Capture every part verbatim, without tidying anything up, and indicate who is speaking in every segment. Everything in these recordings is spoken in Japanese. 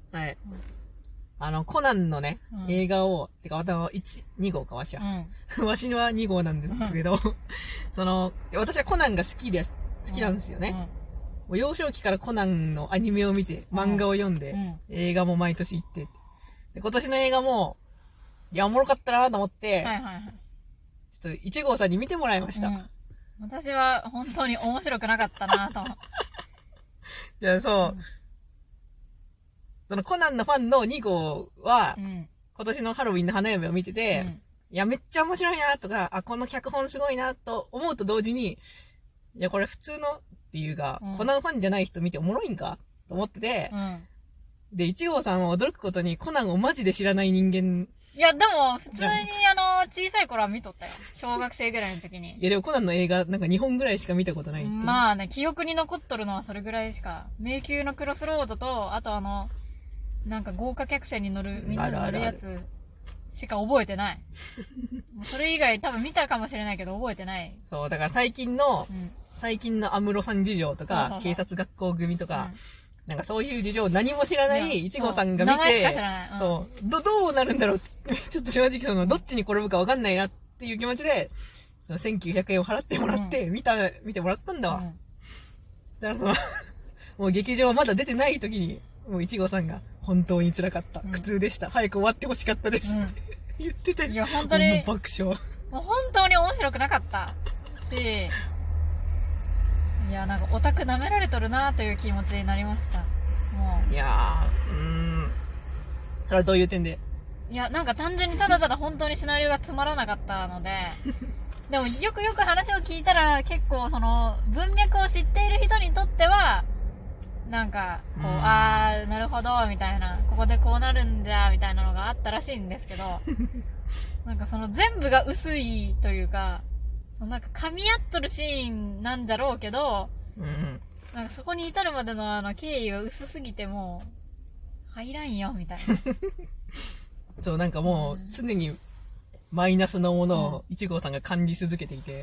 Speaker 1: はい。あの、コナンのね、うん、映画を、てか、私はいち、に号かわしは。うん、わしはに号なんですけど、うん、その、私はコナンが好きで、好きなんですよね。うんうん、もう幼少期からコナンのアニメを見て、漫画を読んで、うん、映画も毎年行って、で、今年の映画も、いや、おもろかったなと思って、はいはいはい、ちょっといち号さんに見てもらいました。うん、
Speaker 2: 私は本当に面白くなかったなと。
Speaker 1: いや、そう。うん、そのコナンのファンのに号は、うん、今年のハロウィンの花嫁を見てて、うん、いや、めっちゃ面白いなとか、あ、この脚本すごいなと思うと同時に、いや、これ普通のっていうか、うん、コナンファンじゃない人見ておもろいんかと思ってて、うん、で、いち号さんは驚くことにコナンをマジで知らない人間。
Speaker 2: いや、でも、普通にあの、小さい頃は見とったよ。小学生ぐらいの時に。
Speaker 1: いや、でもコナンの映画、なんかにほんぐらいしか見たことないっていう。
Speaker 2: まあね、記憶に残っとるのはそれぐらいしか。迷宮のクロスロードと、あとあの、なんか豪華客船に乗る、みんなで乗るやつしか覚えてない。もうそれ以外多分見たかもしれないけど覚えてない。
Speaker 1: そう、だから最近の、うん、最近の安室さん事情とか、そうそうそう、警察学校組とか、うん、なんかそういう事情を何も知らないいち号さんが見て、うん、そうど、どうなるんだろうって、ちょっと正直その、どっちに転ぶか分かんないなっていう気持ちで、そのせんきゅうひゃくえんを払ってもらって、うん、見た、見てもらったんだわ。うん、だからその、もう劇場はまだ出てない時に、もういち号さんが、本当に辛かった。うん、苦痛でした。早く終わってほしかったです。うん、言ってて。
Speaker 2: いや、本当に。
Speaker 1: もう爆笑。
Speaker 2: もう本当に面白くなかったし、いや、なんかオタク舐められとるなという気持ちになりました。も
Speaker 1: う。いやー、うーん。それはどういう点で？
Speaker 2: いや、なんか単純にただただ本当にシナリオがつまらなかったので、でもよくよく話を聞いたら結構その文脈を知っている人にとっては、なんか、こう、あー、なるほど、みたいな、ここでこうなるんじゃ、みたいなのがあったらしいんですけど、なんかその全部が薄いというか、そのなんか噛み合っとるシーンなんじゃろうけど、うん、なんかそこに至るまでのあの経緯が薄すぎてもう、入らんよ、みたいな。
Speaker 1: そう、なんかもう、常にマイナスのものをいち号さんが感じ続けていて、うん、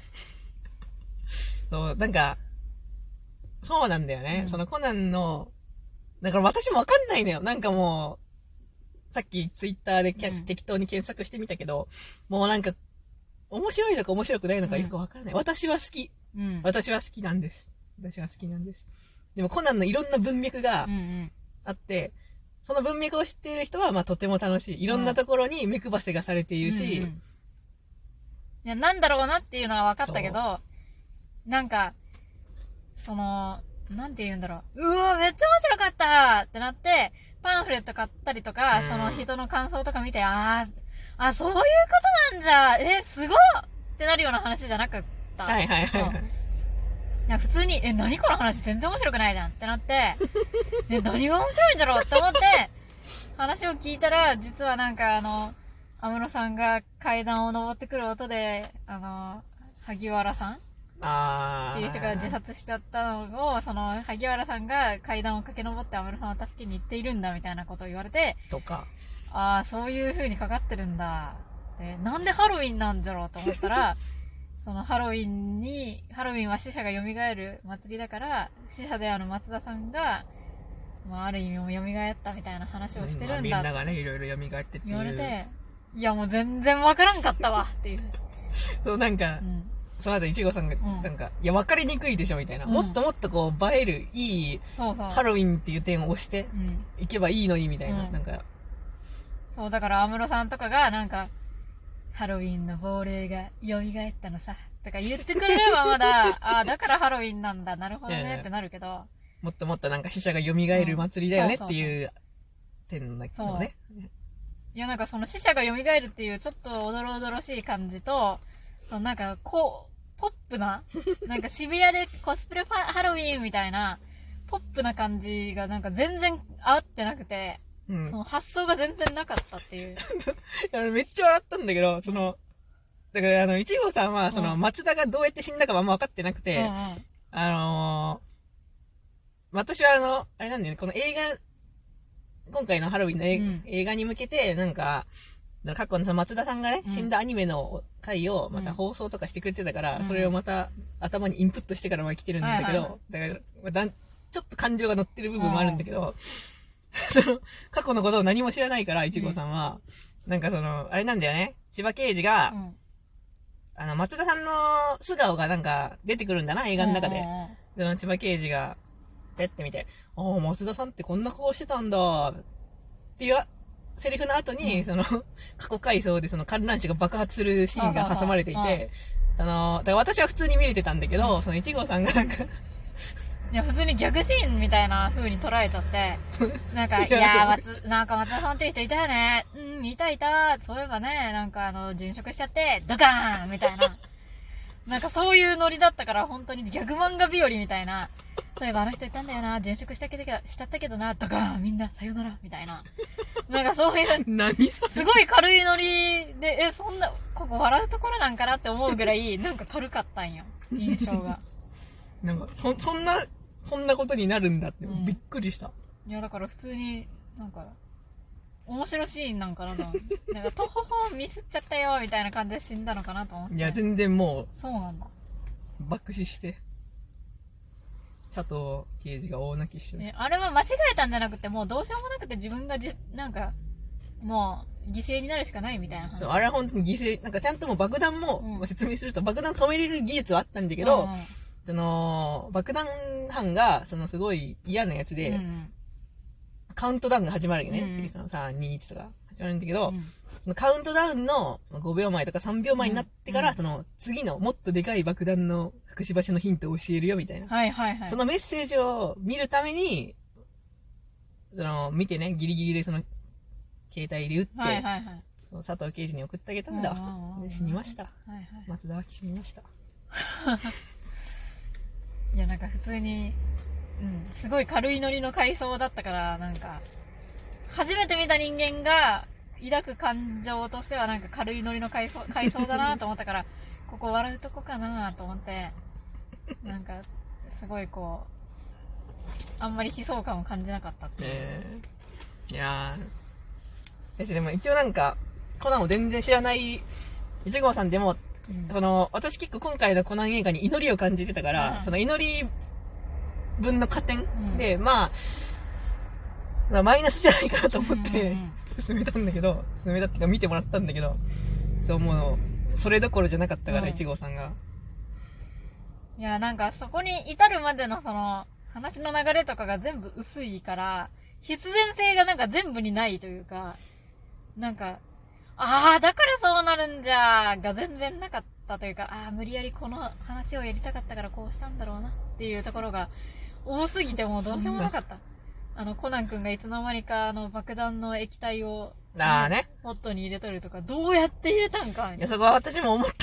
Speaker 1: そう、なんか、そうなんだよね。うん、そのコナンの、だから私もわかんないのよ。なんかもう、さっきツイッターで、うん、適当に検索してみたけど、もうなんか、面白いのか面白くないのかよくわからない。うん、私は好き、うん。私は好きなんです。私は好きなんです。でもコナンのいろんな文脈があって、うんうん、その文脈を知っている人は、まあとても楽しい。いろんなところに目配せがされているし、うんうん、い
Speaker 2: や、なんだろうなっていうのは分かったけど、なんか、その、なんて言うんだろう。うわ、めっちゃ面白かったってなって、パンフレット買ったりとか、その人の感想とか見て、あー、あ、そういうことなんじゃ、え、すごっってなるような話じゃなかった。
Speaker 1: はいはいはい、はい。い
Speaker 2: や、普通に、え、何この話全然面白くないじゃんってなって、え、何が面白いんだろうって思って、話を聞いたら、実はなんかあの、安室さんが階段を登ってくる音で、あの、萩原さんっていう人が自殺しちゃったのを、その萩原さんが階段を駆け上って安室さんを助けに行っているんだみたいなことを言われて、
Speaker 1: とか、
Speaker 2: ああ、そういう風にかかってるんだ。で、なんでハロウィンなんじゃろうと思ったら、そのハロウィンに、ハロウィンは死者が蘇る祭りだから、死者である松田さんが、まあある意味も蘇ったみたいな話をしてるんだ、うん、まあ、みん
Speaker 1: ながね、いろいろ蘇ってって
Speaker 2: 言われて、いやもう全然わからんかったわっていう。
Speaker 1: そう、なんか、うん、その後いち号さんが、なんか、うん、いや、分かりにくいでしょみたいな、うん、もっともっとこう、映える、いい、そうそうハロウィンっていう点を押して、いけばいいのに、みたいな、うん、なんか。
Speaker 2: そう、だから安室さんとかが、なんか、ハロウィンの亡霊が蘇ったのさ、とか言ってくれればまだ、ああ、だからハロウィンなんだ、なるほどね、ってなるけど。
Speaker 1: もっともっとなんか死者が蘇る祭りだよねっていう点だけどね。
Speaker 2: いや、なんかその死者が蘇るっていうちょっとおどろおどろしい感じと、そのなんかこう、ポップな、なんか渋谷でコスプレハロウィンみたいな、ポップな感じがなんか全然合ってなくて、うん、その発想が全然なかったっていう。
Speaker 1: いやめっちゃ笑ったんだけど、その、だからあの、いち号さんは、その、松田がどうやって死んだかはあんま分かってなくて、うんうん、あのー、私はあの、あれなんだよね、この映画、今回のハロウィンの映,、うん、映画に向けて、なんか、過去のその松田さんがね、うん、死んだアニメの回をまた放送とかしてくれてたから、うん、それをまた頭にインプットしてからまあ来てるんだけど、だから、だちょっと感情が乗ってる部分もあるんだけど、 その、過去のことを何も知らないから、いちごさんは、うん、なんかその、あれなんだよね。千葉刑事が、うん、あの、松田さんの素顔がなんか出てくるんだな、映画の中で。うんうんうん、その千葉刑事が、ペッて見て、ああ、松田さんってこんな顔してたんだ、っていうセリフの後に、うん、その、過去回想でその観覧車が爆発するシーンが挟まれていて、あの、だから私は普通に見れてたんだけど、うん、そのいちごさんがなんか、
Speaker 2: いや、普通に逆シーンみたいな風に捉えちゃって、なんか、いやー、松、なんか松田さんっていう人いたよね。うん、いたいた。そういえばね、なんかあの、殉職しちゃって、ドカーンみたいな。なんかそういうノリだったから、本当に逆漫画日和みたいな。そういえばあの人いたんだよな、殉職したけど、しちゃったけどな、ドカーンみんな、さよならみたいな。なんかそういう、
Speaker 1: 何
Speaker 2: すごい軽いノリで、え、そんな、ここ笑うところなんかなって思うぐらい、なんか軽かったんよ。印象が。
Speaker 1: なんか、そ、そんな、そんなことになるんだって、うん、びっくりした。
Speaker 2: いや、だから普通に、なんか、面白シーンなんかなと。なんか、とほほミスっちゃったよ、みたいな感じで死んだのかなと思って。
Speaker 1: いや、全然もう、
Speaker 2: そうなんだ。
Speaker 1: 爆死して、佐藤刑事が大泣きしてる。
Speaker 2: え、あれは間違えたんじゃなくて、もうどうしようもなくて自分がじ、なんか、もう、犠牲になるしかないみたいな話。
Speaker 1: そう、あれは本当に犠牲、なんかちゃんともう爆弾も、うん、説明すると爆弾止めれる技術はあったんだけど、うんうん、その、爆弾犯が、そのすごい嫌なやつで、うんうん、カウントダウンが始まるよね。次、うん、そのさん、に、いちとか始まるんだけど、うん、そのカウントダウンのごびょうまえとかさんびょうまえになってから、うん、その次のもっとでかい爆弾の隠し場所のヒントを教えるよみたいな。
Speaker 2: はいはいはい。
Speaker 1: そのメッセージを見るために、その、見てね、ギリギリでその、携帯で撃って、はいはいはい、佐藤刑事に送ってあげたんだ。で死にました。はいはい、松田は死にました。
Speaker 2: いや、なんか普通に、うん、すごい軽いノリの回想だったから、なんか、初めて見た人間が抱く感情としてはなんか軽いノリの回想、回想だなと思ったから、ここ笑うとこかなと思って、なんか、すごいこう、あんまり悲壮感を感じなかったっていう。
Speaker 1: えー、いやー、私でも一応なんか、コナンを全然知らないいちごさんでも、うん、その、私結構今回のコナン映画に祈りを感じてたから、うん、その祈り分の加点で、うん、まあ、まあ、マイナスじゃないかなと思って、うんうん、進めたんだけど、進めたっていうか見てもらったんだけど、そうもう、それどころじゃなかったから、いちごさんが。
Speaker 2: いや、なんかそこに至るまでのその、話の流れとかが全部薄いから、必然性がなんか全部にないというか、なんか、ああ、だからそうなるんじゃーが全然なかったというか、ああ、無理やりこの話をやりたかったからこうしたんだろうなっていうところが多すぎてもうどうしようもなかった。あの、コナン君がいつの間にかあの爆弾の液体を、
Speaker 1: ああね。
Speaker 2: ポットに入れとるとか、どうやって入れたんかみたいな。
Speaker 1: いや、そこは私も思った。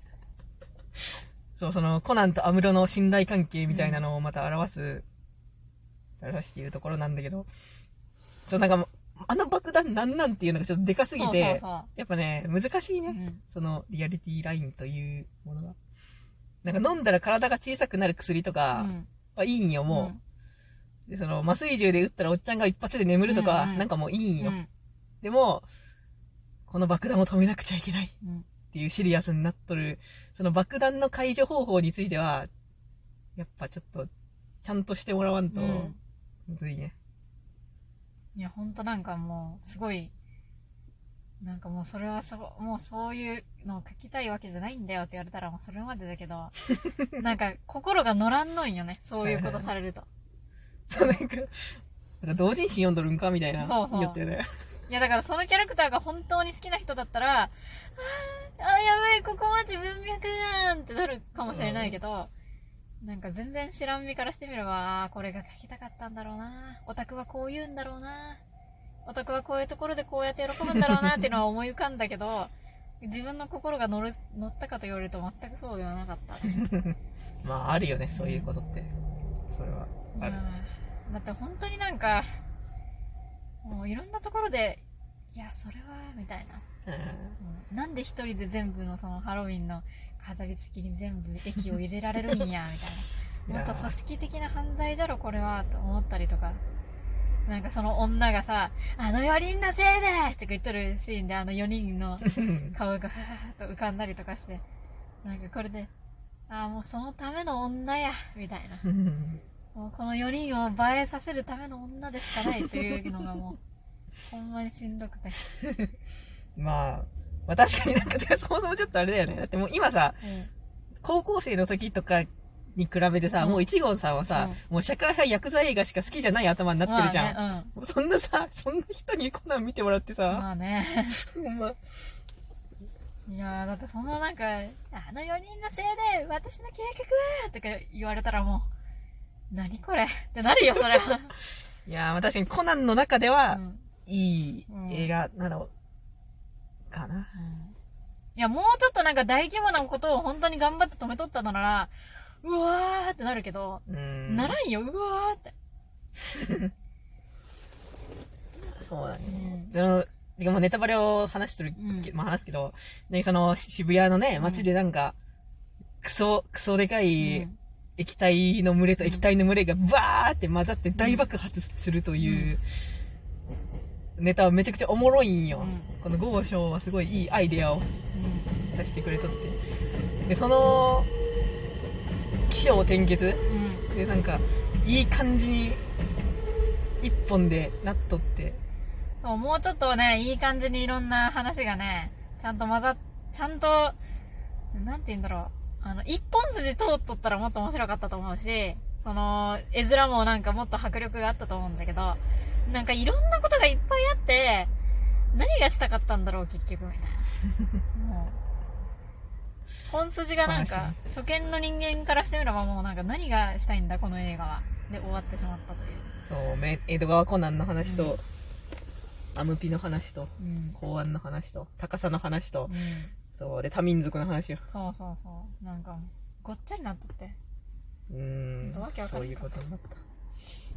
Speaker 1: そう、その、コナンとアムロの信頼関係みたいなのをまた表す、うん、表しているところなんだけど、そう、なんか、あの爆弾なんなんっていうのがちょっとでかすぎて、そうそうそう、やっぱね、難しいね、うん。そのリアリティラインというものが。なんか飲んだら体が小さくなる薬とかはいいんよ、もう。うん、で、その麻酔銃で撃ったらおっちゃんが一発で眠るとか、うんうん、なんかもういいんよ、うん。でも、この爆弾を止めなくちゃいけないっていうシリアスになっとる、その爆弾の解除方法については、やっぱちょっと、ちゃんとしてもらわんと、むずいね。
Speaker 2: いや、ほんとなんかもう、すごい、なんかもうそれはそ、もうそういうのを書きたいわけじゃないんだよって言われたらもうそれまでだけど、なんか心が乗らんのんよね、そういうことされると。
Speaker 1: そう、なんか、なんか同人誌読んどるんかみたいな。
Speaker 2: そうそう。
Speaker 1: 言ってね。
Speaker 2: いやだからそのキャラクターが本当に好きな人だったら、あー、あーやばい、ここマジ文脈じゃんってなるかもしれないけど、なんか全然知らん身からしてみれば、これが書きたかったんだろうな。オタクはこう言うんだろうな。オタクはこういうところでこうやって喜ぶんだろうなっていうのは思い浮かんだけど、自分の心が乗る、乗ったかと言われると全くそうではなかった、ね。
Speaker 1: まああるよね、そういうことって。それはある。
Speaker 2: だって本当になんか、もういろんなところで、いや、それは、みたいな。うん、なんで一人で全部のそのハロウィンの飾り付きに全部液を入れられるんや、みたいな。もっと組織的な犯罪じゃろ、これは、と思ったりとか。なんかその女がさ、あのよにんのせいでとか言っとるシーンであのよにんの顔がはーっと浮かんだりとかして、なんかこれで、ああ、もうそのための女や、みたいな。 もうこのよにんを映えさせるための女でしかないというのがもうほんまにしんどくて
Speaker 1: まあ、まあ確かになんかそもそもちょっとあれだよね。だってもう今さ、
Speaker 2: うん、
Speaker 1: 高校生の時とかに比べてさ、うん、もう一号さんはさ、うん、もう社会派ヤクザ映画しか好きじゃない頭になってるじゃん。まあね、うん、そんなさ、そんな人にコナン見てもらってさ。
Speaker 2: まあね。
Speaker 1: ほんま。
Speaker 2: いやー、だってそんななんか、あのよにんのせいで私の計画とか言われたらもう、何これってなるよ、それは。
Speaker 1: いやー、まあ確かにコナンの中では、うん、いい映画なのかな、うん。
Speaker 2: いや、もうちょっとなんか大規模なことを本当に頑張って止めとったのなら、うわーってなるけど、んならんよ、うわーって。
Speaker 1: そうだね。うん、そのもうネタバレを話してる、うん、まあ話すけど、ね、その渋谷のね、街でなんか、クソ、クソでかい液体の群れと液体の群れがバーって混ざって大爆発するという、ネタはめちゃくちゃおもろいんよ。うん、このゴーショーはすごいいいアイデアを出してくれとって。で、その、起承転結、うん、で、なんか、いい感じに、一本でなっとって。
Speaker 2: そう、もうちょっとね、いい感じにいろんな話がね、ちゃんと混ざっ、ちゃんと、なんて言うんだろう。あの、一本筋通っとったらもっと面白かったと思うし、その、絵面もなんかもっと迫力があったと思うんだけど、なんかいろんなことがいっぱいあって、何がしたかったんだろう、結局、みたいな。もう、本筋がなんか、初見の人間からしてみればもうなんか何がしたいんだ、この映画は。で、終わってしまったという。
Speaker 1: そう、江戸川コナンの話と、うんアムピの話と、うん、公安の話と、高さの話と、うん、そうで多民族の話よ。
Speaker 2: そうそうそう。なんかごっちゃになっとって。
Speaker 1: うーん。そういうことになった。